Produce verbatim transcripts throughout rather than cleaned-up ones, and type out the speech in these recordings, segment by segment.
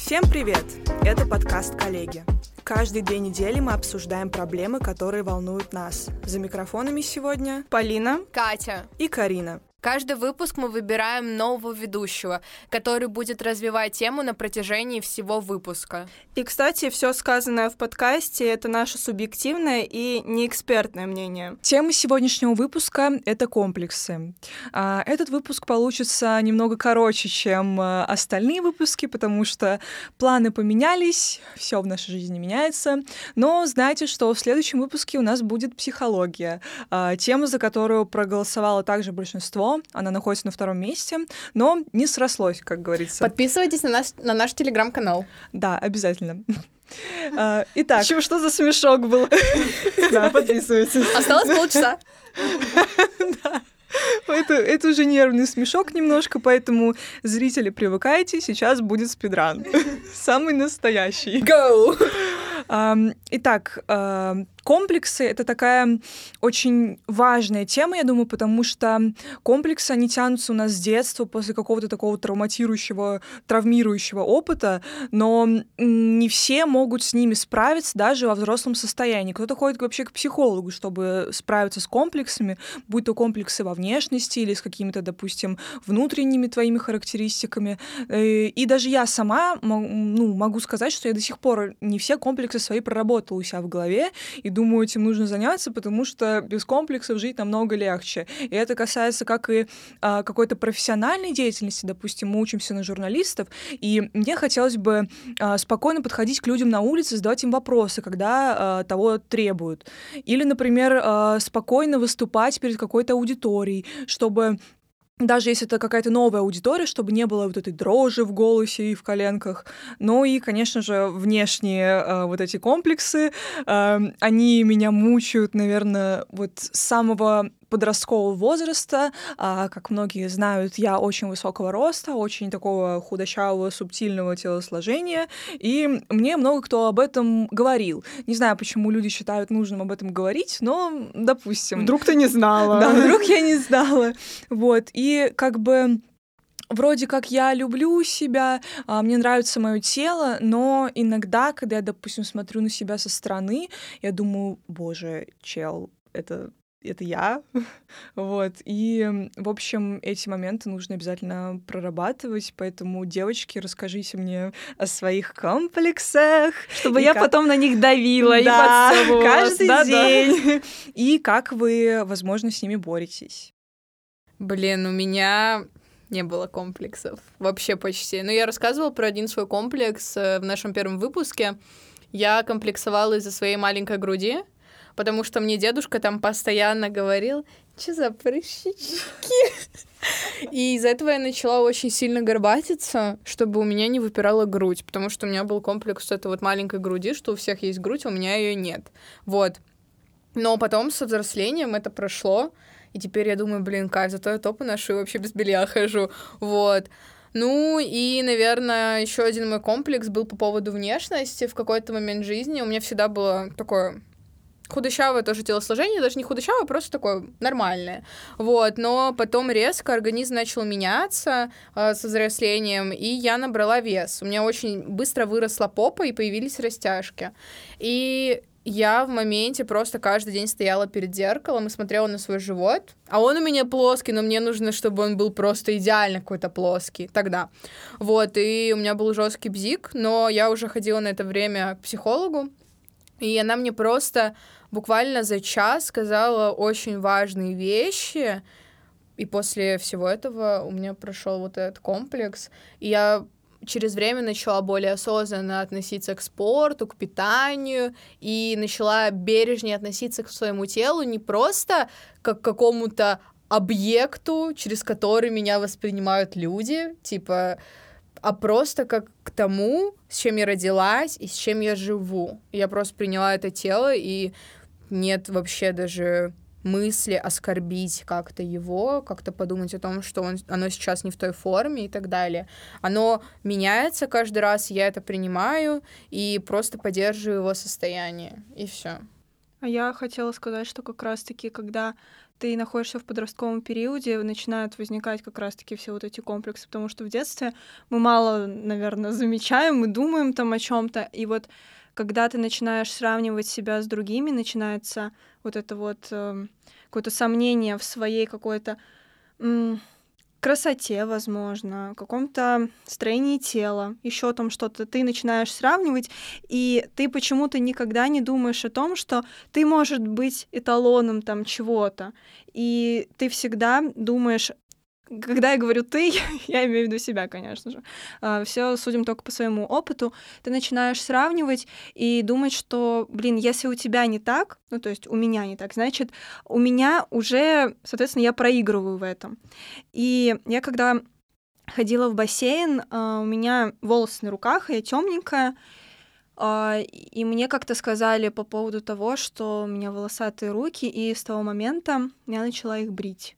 Всем привет! Это подкаст «Коллеги». Каждые две недели мы обсуждаем проблемы, которые волнуют нас. За микрофонами сегодня Полина, Катя и Карина. Каждый выпуск мы выбираем нового ведущего, который будет развивать тему на протяжении всего выпуска. И, кстати, все сказанное в подкасте — это наше субъективное и неэкспертное мнение. Тема сегодняшнего выпуска — это комплексы. Этот выпуск получится немного короче, чем остальные выпуски, потому что планы поменялись, все в нашей жизни меняется. Но знайте, что в следующем выпуске у нас будет психология, тема, за которую проголосовало также большинство. Она находится на втором месте, но не срослось, как говорится. Подписывайтесь на наш, на наш телеграм-канал. Да, обязательно. Итак. Чего, что за смешок был? Да, подписывайтесь. Осталось полчаса. Да. Это, это уже нервный смешок немножко, поэтому, зрители, привыкайте, сейчас будет спидран. Самый настоящий. Go! Итак, комплексы — это такая очень важная тема, я думаю, потому что комплексы, они тянутся у нас с детства после какого-то такого травматирующего, травмирующего опыта, но не все могут с ними справиться даже во взрослом состоянии. Кто-то ходит вообще к психологу, чтобы справиться с комплексами, будь то комплексы во внешности или с какими-то, допустим, внутренними твоими характеристиками. И даже я сама ну, могу сказать, что я до сих пор не все комплексы свои проработала у себя в голове, и думаю, этим нужно заняться, потому что без комплексов жить намного легче. И это касается как и а, какой-то профессиональной деятельности, допустим, мы учимся на журналистов, и мне хотелось бы а, спокойно подходить к людям на улице, задавать им вопросы, когда а, того требуют. Или, например, а, спокойно выступать перед какой-то аудиторией, чтобы даже если это какая-то новая аудитория, чтобы не было вот этой дрожи в голосе и в коленках. Ну и, конечно же, внешние э, вот эти комплексы, э, они меня мучают, наверное, вот с самого подросткового возраста. А, как многие знают, я очень высокого роста, очень такого худощавого, субтильного телосложения, и мне много кто об этом говорил. Не знаю, почему люди считают нужным об этом говорить, но, допустим. Вдруг ты не знала. Да, вдруг я не знала. Вот, и как бы вроде как я люблю себя, мне нравится мое тело, но иногда, когда я, допустим, смотрю на себя со стороны, я думаю, боже, чел, это... это я, вот, и, в общем, эти моменты нужно обязательно прорабатывать, поэтому, девочки, расскажите мне о своих комплексах. Чтобы и я как... потом на них давила да, и подсовывала. каждый да, день. Да. И как вы, возможно, с ними боретесь. Блин, у меня не было комплексов. Вообще почти. Но я рассказывала про один свой комплекс в нашем первом выпуске. Я комплексовала из-за своей маленькой груди, потому что мне дедушка там постоянно говорил, что за прыщички. И из-за этого я начала очень сильно горбатиться, чтобы у меня не выпирала грудь, потому что у меня был комплекс этой вот маленькой груди, что у всех есть грудь, а у меня ее нет. Вот. Но потом со взрослением это прошло, и теперь я думаю, блин, кайф, зато я топы ношу и вообще без белья хожу. Вот. Ну и, наверное, еще один мой комплекс был по поводу внешности. В какой-то момент жизни у меня всегда было такое... худощавое тоже телосложение, даже не худощавое, просто такое нормальное. Вот, но потом резко организм начал меняться э, со взрослением, и я набрала вес. У меня очень быстро выросла попа, и появились растяжки. И я в моменте просто каждый день стояла перед зеркалом и смотрела на свой живот, а он у меня плоский, но мне нужно, чтобы он был просто идеально какой-то плоский тогда. Вот, и у меня был жесткий бзик, но я уже ходила на это время к психологу, и она мне просто буквально за час сказала очень важные вещи, и после всего этого у меня прошел вот этот комплекс, и я через время начала более осознанно относиться к спорту, к питанию, и начала бережнее относиться к своему телу, не просто как к какому-то объекту, через который меня воспринимают люди, типа... а просто как к тому, с чем я родилась и с чем я живу. Я просто приняла это тело, и нет вообще даже мысли оскорбить как-то его, как-то подумать о том, что он, оно сейчас не в той форме и так далее. Оно меняется каждый раз, я это принимаю и просто поддерживаю его состояние, и все. А я хотела сказать, что как раз-таки, когда ты находишься в подростковом периоде, начинают возникать как раз-таки все вот эти комплексы, потому что в детстве мы мало, наверное, замечаем, мы думаем там о чем то и вот когда ты начинаешь сравнивать себя с другими, начинается вот это вот э, какое-то сомнение в своей какой-то м, красоте, возможно, каком-то строении тела, еще там что-то. Ты начинаешь сравнивать, и ты почему-то никогда не думаешь о том, что ты можешь быть эталоном там чего-то. И ты всегда думаешь, когда я говорю «ты», я имею в виду себя, конечно же. Все судим только по своему опыту. Ты начинаешь сравнивать и думать, что, блин, если у тебя не так, ну, то есть у меня не так, значит, у меня уже, соответственно, я проигрываю в этом. И я когда ходила в бассейн, а, у меня волосы на руках, я темненькая, а, и мне как-то сказали по поводу того, что у меня волосатые руки, и с того момента я начала их брить.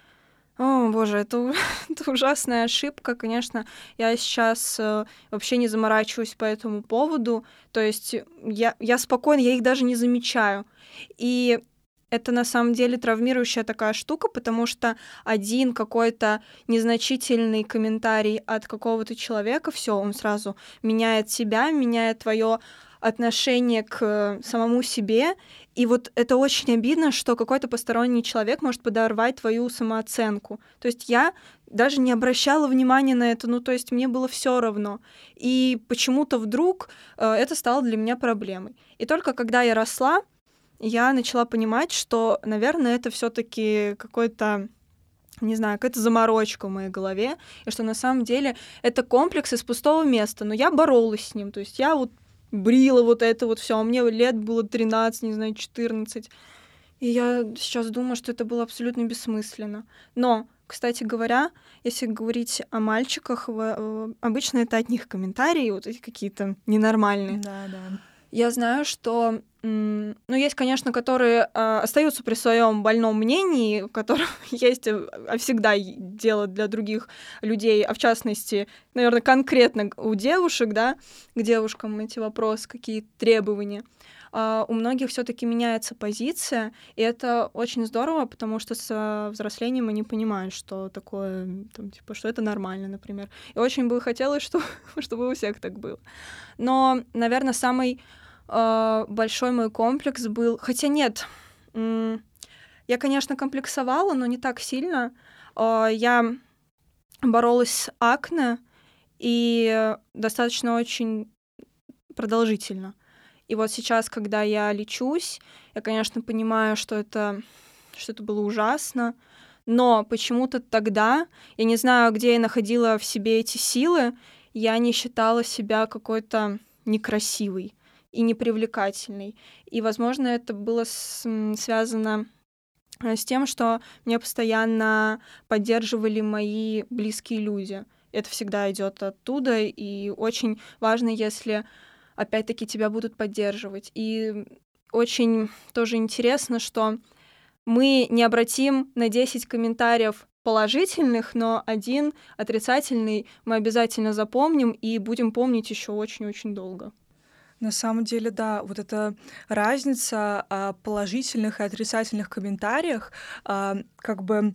О, боже, это, у- это ужасная ошибка, конечно. Я сейчас э, вообще не заморачиваюсь по этому поводу. То есть я, я спокойно, я их даже не замечаю. И это на самом деле травмирующая такая штука, потому что один какой-то незначительный комментарий от какого-то человека, все, он сразу меняет себя, меняет твое отношение к э, самому себе. И вот это очень обидно, что какой-то посторонний человек может подорвать твою самооценку. То есть я даже не обращала внимания на это, ну то есть мне было все равно. И почему-то вдруг э, это стало для меня проблемой. И только когда я росла, я начала понимать, что, наверное, это все-таки какой-то, не знаю, какая-то заморочка в моей голове, и что на самом деле это комплекс из пустого места. Но я боролась с ним. То есть я вот брила вот это вот все. А мне лет было тринадцать, не знаю, четырнадцать. И я сейчас думаю, что это было абсолютно бессмысленно. Но, кстати говоря, если говорить о мальчиках, в- э, обычно это от них комментарии, вот эти какие-то ненормальные. Да, да. Я знаю, что, м, ну, есть, конечно, которые а, остаются при своем больном мнении, у которых есть э, а, всегда и дело для других людей, а в частности, наверное, конкретно у девушек, да, к девушкам эти вопросы, какие требования. А у многих все-таки меняется позиция, и это очень здорово, потому что с взрослением они понимают, что такое, там, типа, что это нормально, например. И очень бы хотелось, что, чтобы у всех так было. Но, наверное, самый э, большой мой комплекс был... Хотя нет, м, я, конечно, комплексовала, но не так сильно. Э, я боролась с акне, и достаточно очень продолжительно. И вот сейчас, когда я лечусь, я, конечно, понимаю, что это, что это было ужасно, но почему-то тогда, я не знаю, где я находила в себе эти силы, я не считала себя какой-то некрасивой и непривлекательной. И, возможно, это было с- м, связано э, с тем, что меня постоянно поддерживали мои близкие люди. Это всегда идет оттуда, и очень важно, если опять-таки тебя будут поддерживать. И очень тоже интересно, что мы не обратим на десять комментариев положительных, но один отрицательный мы обязательно запомним и будем помнить еще очень-очень долго. На самом деле, да, вот эта разница а, положительных и отрицательных комментариях, а, как бы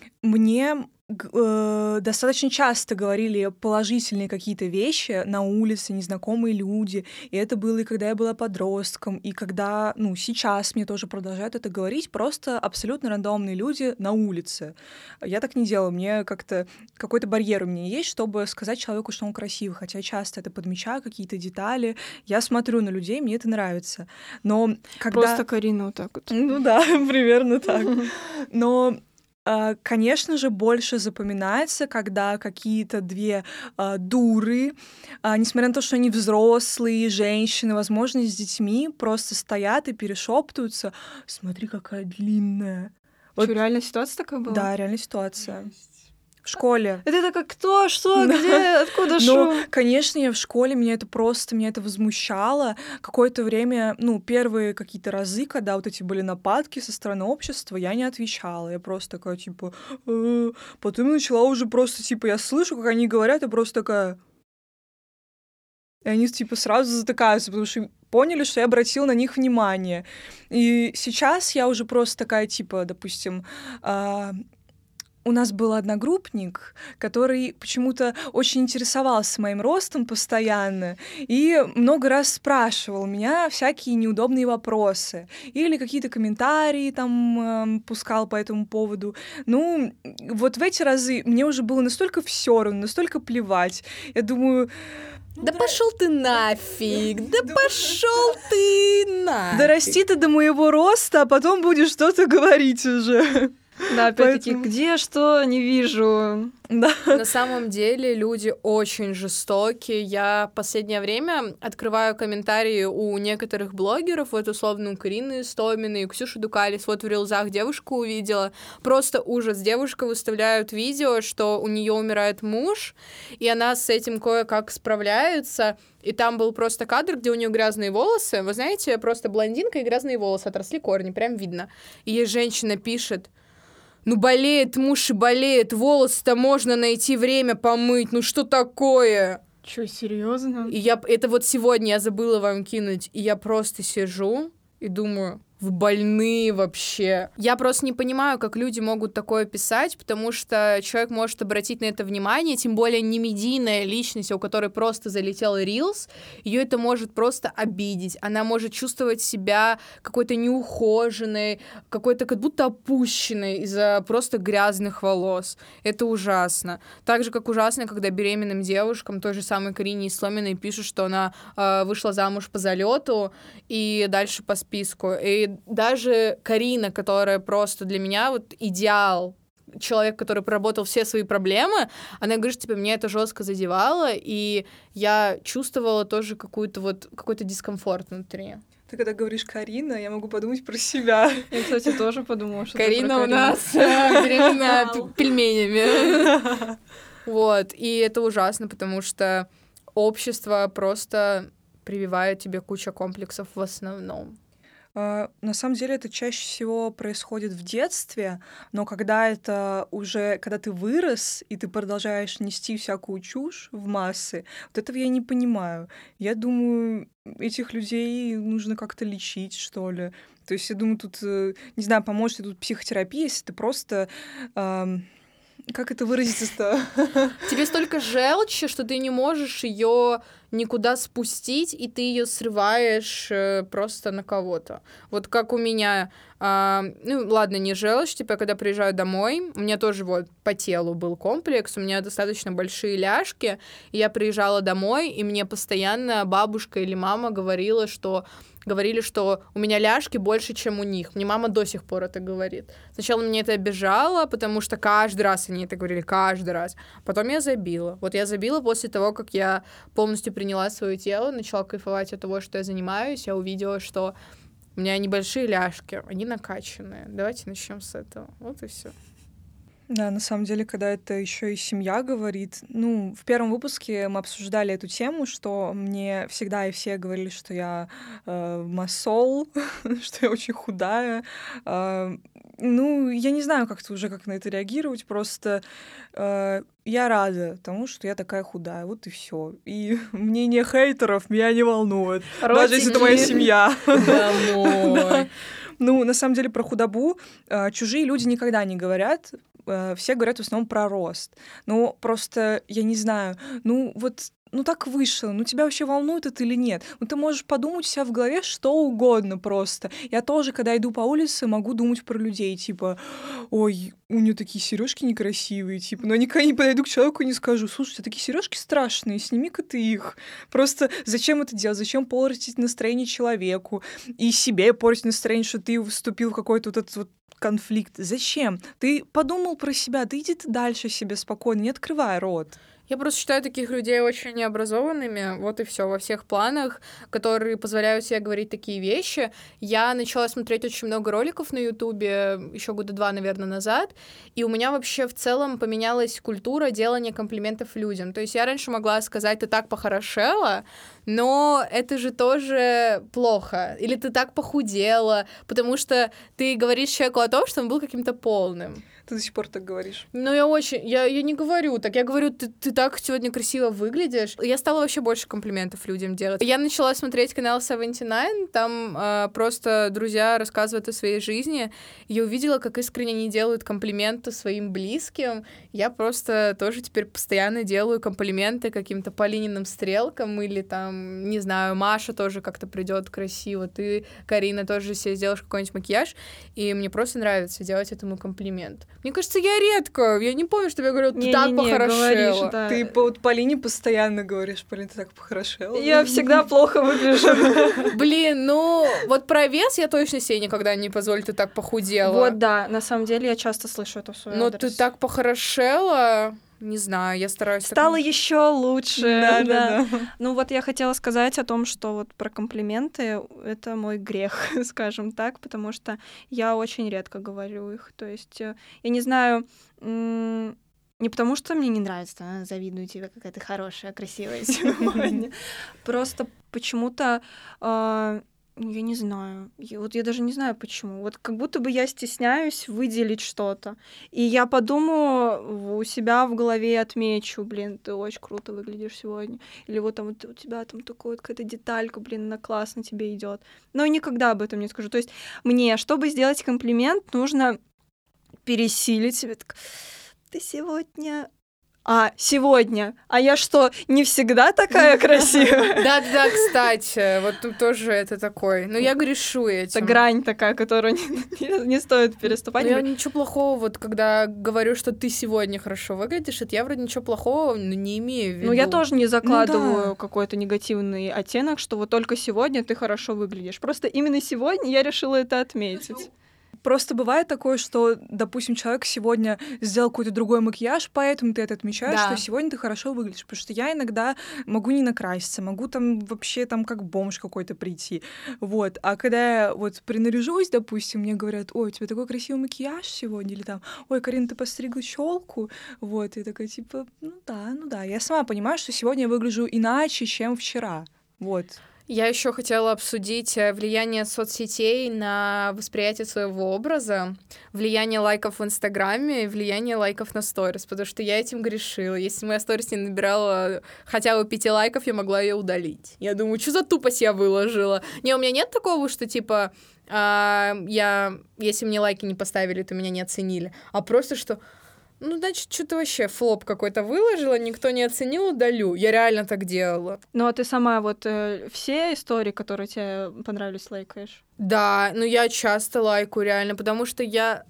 мне г- э, достаточно часто говорили положительные какие-то вещи на улице, незнакомые люди. И это было и когда я была подростком, и когда, ну, сейчас мне тоже продолжают это говорить, просто абсолютно рандомные люди на улице. Я так не делаю, мне как-то какой-то барьер у меня есть, чтобы сказать человеку, что он красивый, хотя я часто это подмечаю, какие-то детали. Я смотрю на людей, мне это нравится. Но когда... Просто Карина вот так вот. Ну да, примерно так. Но а, конечно же, больше запоминается, когда какие-то две а, дуры, а, несмотря на то, что они взрослые, женщины, возможно, с детьми, просто стоят и перешептываются. Смотри, какая длинная. Вот, Что, реально ситуация такая была? да, реальная ситуация. В школе. Это такая, кто, что, где, откуда Но, шум? конечно, я в школе, меня это просто, меня это возмущало. Какое-то время, ну, первые какие-то разы, когда вот эти были нападки со стороны общества, я не отвечала. Я просто такая, типа... «Э». Потом я начала уже просто, типа, я слышу, как они говорят, я просто такая... и они, типа, сразу затыкаются, потому что поняли, что я обратила на них внимание. И сейчас я уже просто такая, типа, допустим, а, у нас был одногруппник, который почему-то очень интересовался моим ростом постоянно и много раз спрашивал меня всякие неудобные вопросы или какие-то комментарии там э, пускал по этому поводу. Ну, вот в эти разы мне уже было настолько всё равно, настолько плевать. Я думаю... Да пошел ты нафиг, да пошел ты нафиг. Да расти ты до моего роста, а потом будешь что-то говорить уже. Да, опять-таки, Поэтому... где что, не вижу. Да. На самом деле люди очень жестокие. Я в последнее время открываю комментарии у некоторых блогеров, вот условно у Карины Истоминой, у Ксюши Дукалис, вот в рилзах девушку увидела. Просто ужас. Девушка выставляет видео, что у нее умирает муж, и она с этим кое-как справляется. И там был просто кадр, где у нее грязные волосы. Вы знаете, просто блондинка и грязные волосы, отросли корни, прям видно. И ей женщина пишет: ну, болеет муж и болеет, волосы-то можно найти время помыть, ну что такое? Чё, серьезно? И я, это вот сегодня я забыла вам кинуть, и я просто сижу и думаю... Вы больные вообще. Я просто не понимаю, как люди могут такое писать, потому что человек может обратить на это внимание, тем более не медийная личность, у которой просто залетел рилс, ее это может просто обидеть. Она может чувствовать себя какой-то неухоженной, какой-то как будто опущенной из-за просто грязных волос. Это ужасно. Так же, как ужасно, когда беременным девушкам, той же самой Карине Истоминой, пишут, что она э, вышла замуж по залету и дальше по списку. И даже Карина, которая просто для меня вот идеал, человек, который проработал все свои проблемы, она говорит, типа, меня это жестко задевало, и я чувствовала тоже какую-то вот, какой-то дискомфорт внутри. Ты когда говоришь Карина, я могу подумать про себя. Я, кстати, тоже подумала, что Карина у нас беременная пельменями. Вот, и это ужасно, потому что общество просто прививает тебе кучу комплексов в основном. Uh, на самом деле это чаще всего происходит в детстве, но когда это уже, когда ты вырос, и ты продолжаешь нести всякую чушь в массы, вот этого я не понимаю. Я думаю, этих людей нужно как-то лечить, что ли. То есть я думаю, тут, не знаю, поможет ли тут психотерапия, если ты просто... Uh, как это выразиться-то? Тебе столько желчи, что ты не можешь ее никуда спустить, и ты ее срываешь э, просто на кого-то. Вот как у меня, э, ну ладно, не желчь, типа, когда приезжаю домой, у меня тоже вот по телу был комплекс, у меня достаточно большие ляжки, и я приезжала домой, и мне постоянно бабушка или мама говорила, что говорили, что у меня ляжки больше, чем у них. Мне мама до сих пор это говорит. Сначала меня это обижало, потому что каждый раз они это говорили, каждый раз. Потом я забила. Вот я забила после того, как я полностью приняла свое тело, начала кайфовать от того, что я занимаюсь, я увидела, что у меня небольшие ляжки, они накачанные. Давайте начнем с этого. Вот и все. Да, на самом деле, когда это еще и семья говорит, ну, в первом выпуске мы обсуждали эту тему, что мне всегда и все говорили, что я э, масол, что я очень худая. Э, ну, я не знаю, как-то уже как на это реагировать, просто э, я рада тому, что я такая худая, вот и все. И мнение хейтеров меня не волнует, Родственники. Даже если это моя семья. Домой. Ну, на самом деле, про худобу э, чужие люди никогда не говорят. Э, все говорят в основном про рост. Ну, просто, я не знаю, ну, вот, ну, так вышло. Ну, тебя вообще волнует это или нет? Ну, ты можешь подумать у себя в голове что угодно просто. Я тоже, когда иду по улице, могу думать про людей, типа, ой, у нее такие сережки некрасивые, типа, но я никогда не подойду к человеку и не скажу, слушай, у тебя такие сережки страшные, сними-ка ты их. Просто зачем это делать? Зачем портить настроение человеку? И себе портить настроение, что ты вступил в какой-то вот этот вот конфликт. Зачем? Ты подумал про себя, да иди ты дальше себе спокойно, не открывай рот. Я просто считаю таких людей очень необразованными, вот и все во всех планах, которые позволяют себе говорить такие вещи. Я начала смотреть очень много роликов на Ютубе еще года два, наверное, назад, и у меня вообще в целом поменялась культура делания комплиментов людям. То есть я раньше могла сказать, ты так похорошела, но это же тоже плохо. Или ты так похудела, потому что ты говоришь человеку о том, что он был каким-то полным. Ты до сих пор так говоришь. Ну, я очень... Я, я не говорю так. Я говорю, ты, ты так сегодня красиво выглядишь. Я стала вообще больше комплиментов людям делать. Я начала смотреть канал семьдесят девять, там э, просто друзья рассказывают о своей жизни. Я увидела, как искренне они делают комплименты своим близким. Я просто тоже теперь постоянно делаю комплименты каким-то Полининым стрелкам или там, не знаю, Маша тоже как-то придет красиво. Ты, Карина, тоже себе сделаешь какой-нибудь макияж. И мне просто нравится делать этому комплимент. Мне кажется, я редко, я не помню, чтобы я говорила, ты не, так не, не, похорошела. Говоришь, да. Ты по вот Полине постоянно говоришь, Полин, ты так похорошела. Я всегда плохо выгляжу. Блин, ну, вот про вес я точно себе никогда не позволю, ты так похудела. Вот, да, на самом деле я часто слышу это в свой адрес. Но ты так похорошела... Не знаю, я стараюсь... Стало так... еще лучше. Да, да, да. Ну вот я хотела сказать о том, что вот про комплименты — это мой грех, скажем так, потому что я очень редко говорю их. То есть я не знаю... Не потому, что мне не нравится, а, завидую тебе, какая ты хорошая, красивая сегодня. Просто почему-то... Я не знаю. Я, вот я даже не знаю, почему. Вот как будто бы я стесняюсь выделить что-то. И я подумаю, у себя в голове отмечу, блин, ты очень круто выглядишь сегодня. Или вот там вот у тебя там такая какая-то деталька, блин, она классно тебе идет. Но никогда об этом не скажу. То есть мне, чтобы сделать комплимент, нужно пересилить себя. Так, ты сегодня... А, сегодня. А я что, не всегда такая красивая? Да-да, кстати, вот тут тоже это такой. Но я грешу этим. Это грань такая, которую не, не, не стоит переступать. Но я ничего плохого, вот когда говорю, что ты сегодня хорошо выглядишь, это я вроде ничего плохого не имею в виду. Ну, я тоже не закладываю ну, да. какой-то негативный оттенок, что вот только сегодня ты хорошо выглядишь. Просто именно сегодня я решила это отметить. Просто бывает такое, что, допустим, человек сегодня сделал какой-то другой макияж, поэтому ты это отмечаешь, да. что сегодня ты хорошо выглядишь. Потому что я иногда могу не накраситься, могу там вообще там как бомж какой-то прийти. Вот. А когда я вот принаряжусь, допустим, мне говорят, ой, у тебя такой красивый макияж сегодня, или там, ой, Карина, ты постригла челку. Вот. И такая, типа, ну да, ну да. Я сама понимаю, что сегодня я выгляжу иначе, чем вчера. Вот. Я еще хотела обсудить влияние соцсетей на восприятие своего образа, влияние лайков в Инстаграме и влияние лайков на сторис, потому что я этим грешила. Если моя сторис не набирала хотя бы пяти лайков, я могла ее удалить. Я думаю, что за тупость я выложила? Не, у меня нет такого, что типа а, я, если мне лайки не поставили, то меня не оценили, а просто что... Ну, значит, что-то вообще флоп какой-то выложила, никто не оценил, удалю. Я реально так делала. Ну, а ты сама вот э, все истории, которые тебе понравились, лайкаешь? Да, ну я часто лайкаю реально, потому что я...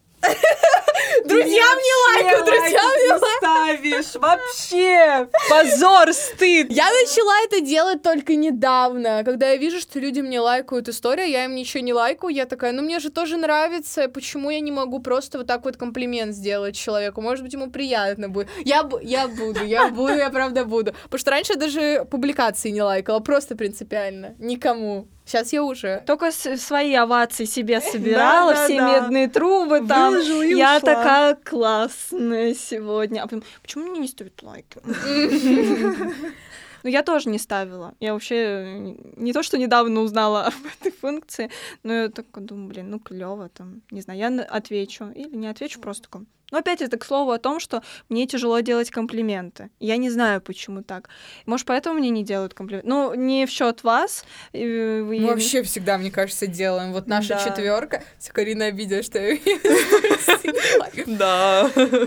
Друзья мне лайкают, друзья мне лайкают. Ставишь, вообще. Позор, стыд. Я начала это делать только недавно, когда я вижу, что люди мне лайкают историю, я им ничего не лайкаю, я такая, ну мне же тоже нравится, почему я не могу просто вот так вот комплимент сделать человеку, может быть, ему приятно будет. Я, я буду, я буду, я правда буду. Потому что раньше я даже публикации не лайкала, просто принципиально, никому. Сейчас я уже. Только свои овации себе собирала, да, все да, медные да. трубы там. Выложила и я ушла. Такая классная сегодня. А потом, почему мне не ставят лайки? Ну, я тоже не ставила. Я вообще не то, что недавно узнала об этой функции, но я так думаю, блин, ну клево там, не знаю, я отвечу или не отвечу, просто такой. Но опять это к слову о том, что мне тяжело делать комплименты. Я не знаю, почему так. Может, поэтому мне не делают комплименты. Ну, не в счет вас. Мы вообще всегда, мне кажется, делаем. Вот наша да. четверка. Карина обиделась, что я Да.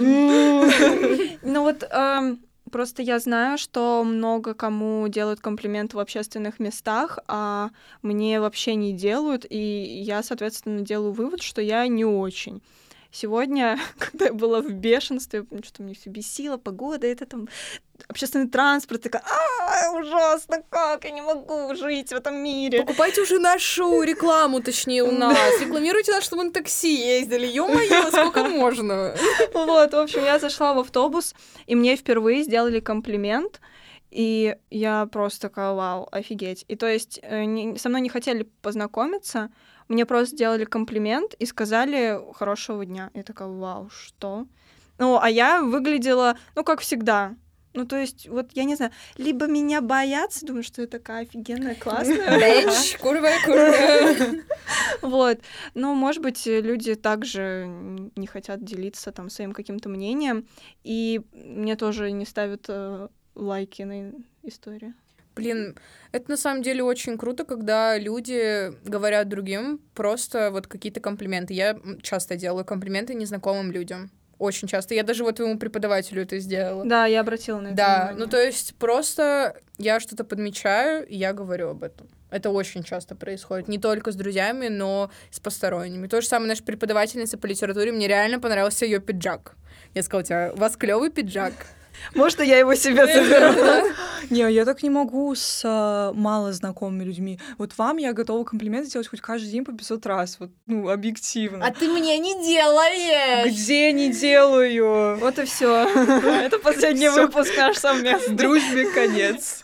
Ну вот... Просто я знаю, что много кому делают комплименты в общественных местах, а мне вообще не делают, и я, соответственно, делаю вывод, что я не очень. Сегодня, когда я была в бешенстве, что мне все бесило, погода, это там общественный транспорт, такая, а ужасно, как, я не могу жить в этом мире. Покупайте уже нашу рекламу, точнее, у нас. Рекламируйте нас, чтобы мы на такси ездили. Ё-моё, сколько можно? Вот, в общем, я зашла в автобус, и мне впервые сделали комплимент, и я просто такая, вау, офигеть. И то есть со мной не хотели познакомиться, мне просто сделали комплимент и сказали «хорошего дня». Я такая, вау, что? Ну, а я выглядела, ну, как всегда. Ну, то есть, вот, я не знаю, либо меня боятся, думаю, что я такая офигенная, классная. Бэч, курва, курва. Вот. Но, может быть, люди также не хотят делиться там своим каким-то мнением, и мне тоже не ставят э, лайки на истории. Блин, это на самом деле очень круто, когда люди говорят другим просто вот какие-то комплименты. Я часто делаю комплименты незнакомым людям. Очень часто. Я даже вот твоему преподавателю это сделала. Да, я обратила на это Да, внимание. ну то есть просто я что-то подмечаю, и я говорю об этом. Это очень часто происходит. Не только с друзьями, но с посторонними. То же самое наша преподавательница по литературе. Мне реально понравился ее пиджак. Я сказала, у тебя, у вас клевый пиджак. Можно я его себе заберу? Не, я так не могу с а, мало знакомыми людьми. Вот вам я готова комплименты делать хоть каждый день по пятьсот раз. Вот, ну, объективно. А ты мне не делаешь! Где не делаю? Вот и все. Это последний Всё. выпуск наш совместный. Дружбе конец.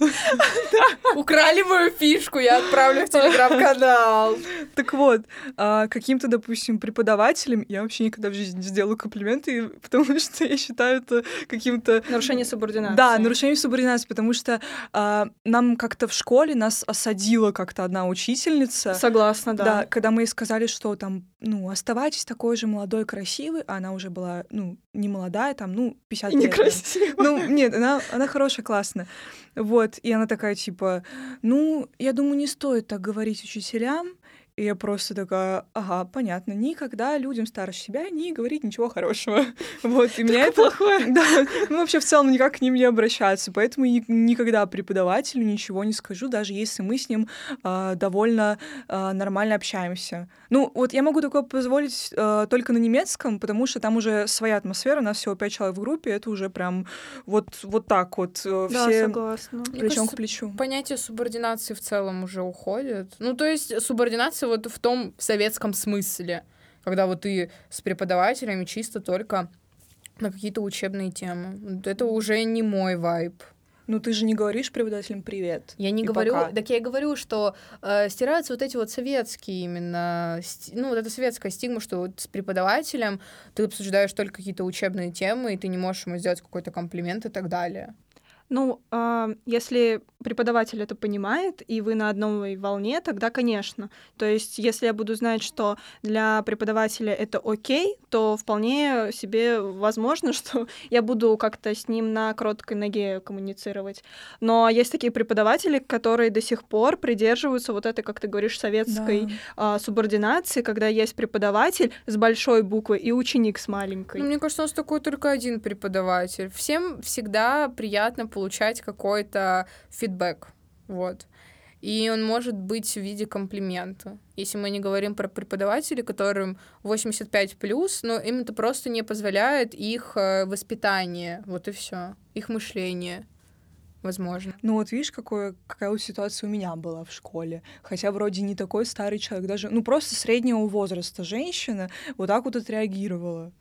Украли мою фишку, я отправлю в телеграм-канал. Так вот, а, каким-то, допустим, преподавателям я вообще никогда в жизни не сделаю комплименты, потому что я считаю это каким-то... Нарушение субординации. Да, нарушение субординации, потому что а, нам как-то в школе нас осадила как-то одна учительница. Согласна, да. Да, когда мы ей сказали, что там, ну, оставайтесь такой же молодой, красивый, а она уже была, ну, не молодая, там, ну, пятьдесят И лет. некрасиво. Ну, нет, она, она хорошая, классная. Вот, и она такая, типа, ну, я думаю, не стоит так говорить учителям. И я просто такая, ага, понятно, никогда людям старше себя не говорить ничего хорошего. Вот, и меня это... плохое. Да, ну вообще в целом никак к ним не обращаться, поэтому ни- никогда преподавателю ничего не скажу, даже если мы с ним а, довольно а, нормально общаемся. Ну, вот я могу такое позволить а, только на немецком, потому что там уже своя атмосфера, у нас всего пять человек в группе, это уже прям вот, вот так вот, э, Да, все согласна. плечом кажется, к плечу. Понятие субординации в целом уже уходит. Ну, то есть субординация вот в том советском смысле, когда вот ты с преподавателями чисто только на какие-то учебные темы. Это уже не мой вайб. Ну, ты же не говоришь преподавателям «привет». Я не И говорю, пока. так я и говорю, что э, стираются вот эти вот советские именно, сти- ну, вот эта советская стигма, что вот с преподавателем ты обсуждаешь только какие-то учебные темы, и ты не можешь ему сделать какой-то комплимент и так далее. Ну, а, если преподаватель это понимает, и вы на одной волне, тогда, конечно. То есть, если я буду знать, что для преподавателя это окей, то вполне себе возможно, что я буду как-то с ним на короткой ноге коммуницировать. Но есть такие преподаватели, которые до сих пор придерживаются вот этой, как ты говоришь, советской Да. а, субординации, когда есть преподаватель с большой буквы и ученик с маленькой. Ну, мне кажется, у нас такой только один преподаватель. Всем всегда приятно получать какой-то фидбэк, вот. И он может быть в виде комплимента. Если мы не говорим про преподавателей, которым восемьдесят пять плюс, но им это просто не позволяет их э, воспитание, вот и все, их мышление, возможно. Ну вот видишь, какое, какая вот ситуация у меня была в школе. Хотя вроде не такой старый человек, даже, ну просто среднего возраста женщина вот так вот отреагировала.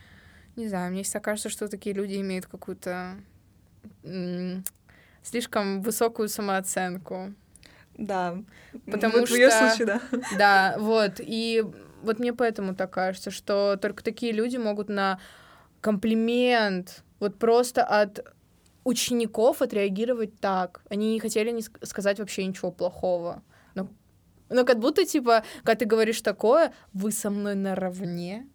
Не знаю, мне всегда кажется, что такие люди имеют какую-то м- слишком высокую самооценку. Да, Потому вот в её что- случае, да. Да, вот. И вот мне поэтому так кажется, что только такие люди могут на комплимент вот просто от учеников отреагировать так. Они не хотели не ск- сказать вообще ничего плохого. Но, но как будто, типа, когда ты говоришь такое, вы со мной наравне,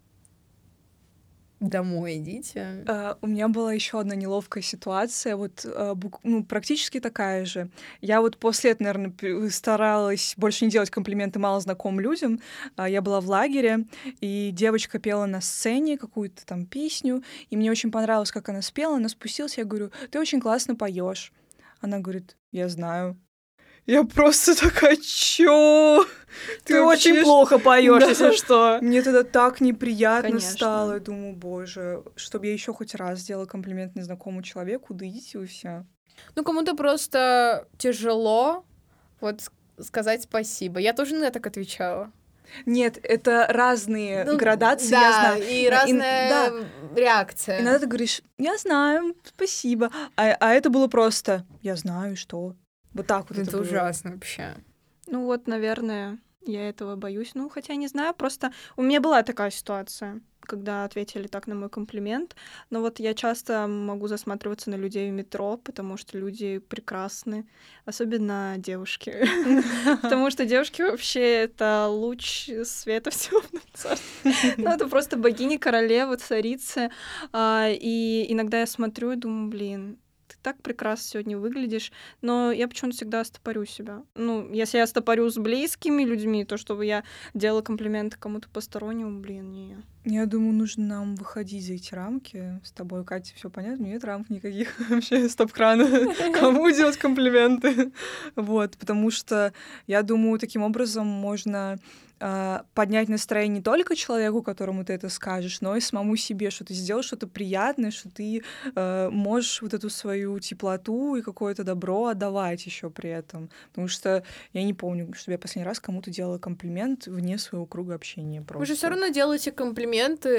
домой идите. А, у меня была еще одна неловкая ситуация, вот а, бук- ну, практически такая же. Я вот после этого, наверное, старалась больше не делать комплименты малознакомым людям. А, я была в лагере, и девочка пела на сцене какую-то там песню, и мне очень понравилось, как она спела. Она спустилась, я говорю, ты очень классно поешь. Она говорит, я знаю. Я просто такая, чё? Ты вообще очень ш- плохо поешь, Да. если что. Мне тогда так неприятно Конечно. стало. Я думаю, боже, чтобы я еще хоть раз сделала комплимент незнакомому человеку, да идите вы все. Ну, кому-то просто тяжело вот с- сказать спасибо. Я тоже иногда так отвечала. Нет, это разные Ну, градации, да, я знаю. и И- разная да. реакция. Иногда ты говоришь, я знаю, спасибо. А, а это было просто, я знаю, что. Вот так вот Это это было. ужасно вообще. Ну вот, наверное, Я этого боюсь. Ну, хотя не знаю, просто у меня была такая ситуация, когда ответили так на мой комплимент. Но вот я часто могу засматриваться на людей в метро, потому что люди прекрасны, особенно девушки. Потому что девушки вообще это луч света в темном царстве. Ну, это просто богини, королевы, царицы. А, И иногда я смотрю и думаю, блин, ты так прекрасно сегодня выглядишь, но я почему-то всегда стопорю себя. Ну, если я стопорю с близкими людьми, то чтобы я делала комплименты кому-то постороннему, блин, не. Я думаю, нужно нам выходить за эти рамки. С тобой, Катя, все понятно, нет рамок никаких. Вообще стоп-крана. Кому делать комплименты? Вот, потому что я думаю, таким образом можно а, поднять настроение не только человеку, которому ты это скажешь, но и самому себе, что ты сделал что-то приятное, что ты а, можешь вот эту свою теплоту и какое-то добро отдавать еще при этом. Потому что я не помню, чтобы я последний раз кому-то делала комплимент вне своего круга общения. Просто. Вы же все равно делаете комплименты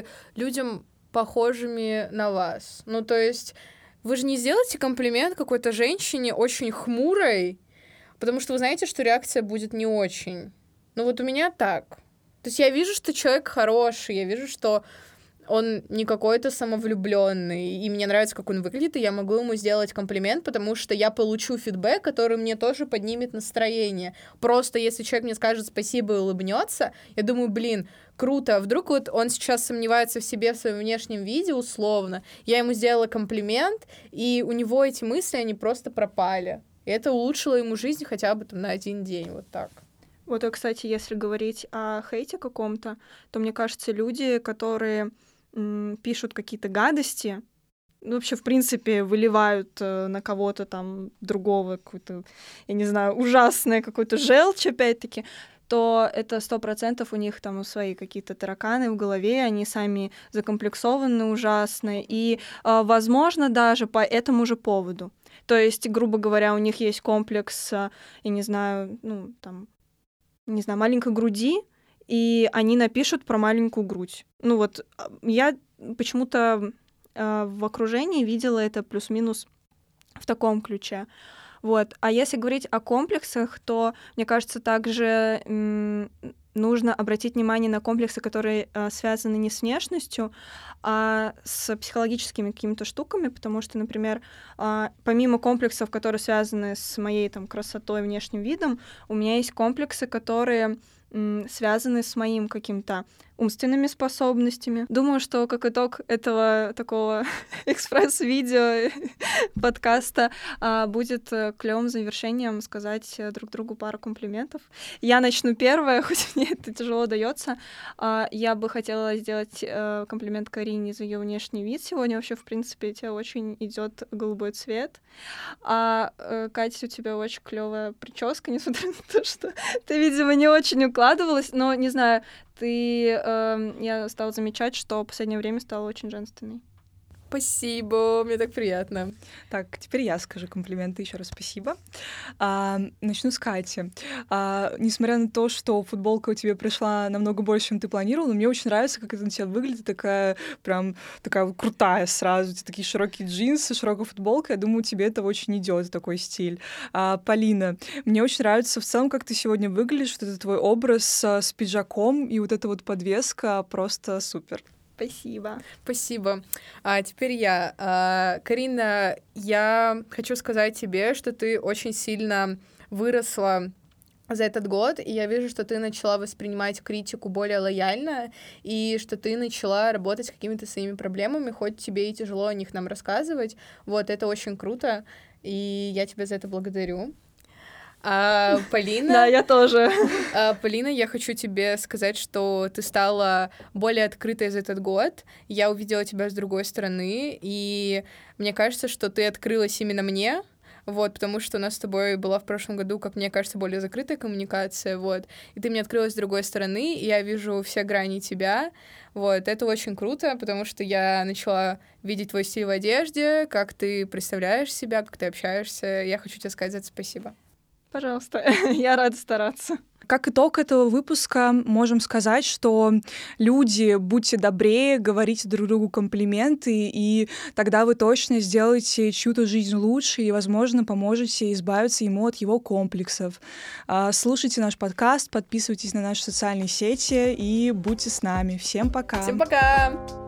людям, похожими на вас. Ну, то есть, вы же не сделаете комплимент какой-то женщине очень хмурой, потому что вы знаете, что реакция будет не очень. Ну, вот у меня так. То есть я вижу, что человек хороший, я вижу, что он не какой-то самовлюбленный, и мне нравится, как он выглядит, и я могу ему сделать комплимент, потому что я получу фидбэк, который мне тоже поднимет настроение. Просто если человек мне скажет спасибо и улыбнется, я думаю, блин, круто, вдруг вот он сейчас сомневается в себе, в своем внешнем виде, условно, я ему сделала комплимент, и у него эти мысли, они просто пропали. И это улучшило ему жизнь хотя бы там на один день, вот так. Вот, кстати, если говорить о хейте каком-то, то, мне кажется, люди, которые м, пишут какие-то гадости, ну, вообще, в принципе, выливают э, на кого-то там другого какой-то, я не знаю, ужасное какой-то желчь, опять-таки, то это сто процентов у них там свои какие-то тараканы в голове, они сами закомплексованы ужасно, и, э, возможно, даже по этому же поводу. То есть, грубо говоря, у них есть комплекс, э, я не знаю, ну, там, не знаю, маленькой груди, и они напишут про маленькую грудь. Ну вот я почему-то э, в окружении видела это плюс-минус в таком ключе. Вот. А если говорить о комплексах, то, мне кажется, также м, нужно обратить внимание на комплексы, которые э, связаны не с внешностью, а с психологическими какими-то штуками, потому что, например, э, помимо комплексов, которые связаны с моей там красотой, внешним видом, у меня есть комплексы, которые м, связаны с моим каким-то умственными способностями. Думаю, что как итог этого такого экспресс-видео подкаста а, будет клевым завершением сказать друг другу пару комплиментов. Я начну первая, хоть мне это тяжело дается. А, я бы хотела сделать а, комплимент Карине за ее внешний вид. Сегодня вообще, в принципе, тебе очень идет голубой цвет. А а Катя, у тебя очень клевая прическа, несмотря на то, что ты, видимо, не очень укладывалась, но, не знаю, ты, э, я стала замечать, что в последнее время стала очень женственной. Спасибо, мне так приятно. Так, теперь я скажу комплименты. Еще раз спасибо. А, начну с Кати. А, несмотря на то, что футболка у тебя пришла намного больше, чем ты планировал, но мне очень нравится, как это на тебя выглядит, такая прям такая вот крутая сразу. У тебя такие широкие джинсы, широкая футболка. Я думаю, тебе это очень идет такой стиль. А, Полина, мне очень нравится в целом, как ты сегодня выглядишь, вот этот твой образ а, с пиджаком и вот эта вот подвеска просто супер. Спасибо. Спасибо. А теперь я. А, Карина, я хочу сказать тебе, что ты очень сильно выросла за этот год, и я вижу, что ты начала воспринимать критику более лояльно, и что ты начала работать с какими-то своими проблемами, хоть тебе и тяжело о них нам рассказывать. Вот, это очень круто, и я тебя за это благодарю. А, Полина... Да, я тоже. А, Полина, я хочу тебе сказать, что ты стала более открытой за этот год. Я увидела тебя с другой стороны, и мне кажется, что ты открылась именно мне, вот, потому что у нас с тобой была в прошлом году, как мне кажется, более закрытая коммуникация, вот, и ты мне открылась с другой стороны, и я вижу все грани тебя, вот, это очень круто, потому что я начала видеть твой стиль в одежде, как ты представляешь себя, как ты общаешься, я хочу тебе сказать за это спасибо. Пожалуйста, я рада стараться. как итог этого выпуска можем сказать, что люди, будьте добрее, говорите друг другу комплименты, и тогда вы точно сделаете чью-то жизнь лучше и, возможно, поможете избавиться ему от его комплексов. Слушайте наш подкаст, подписывайтесь на наши социальные сети и будьте с нами. Всем пока! Всем пока!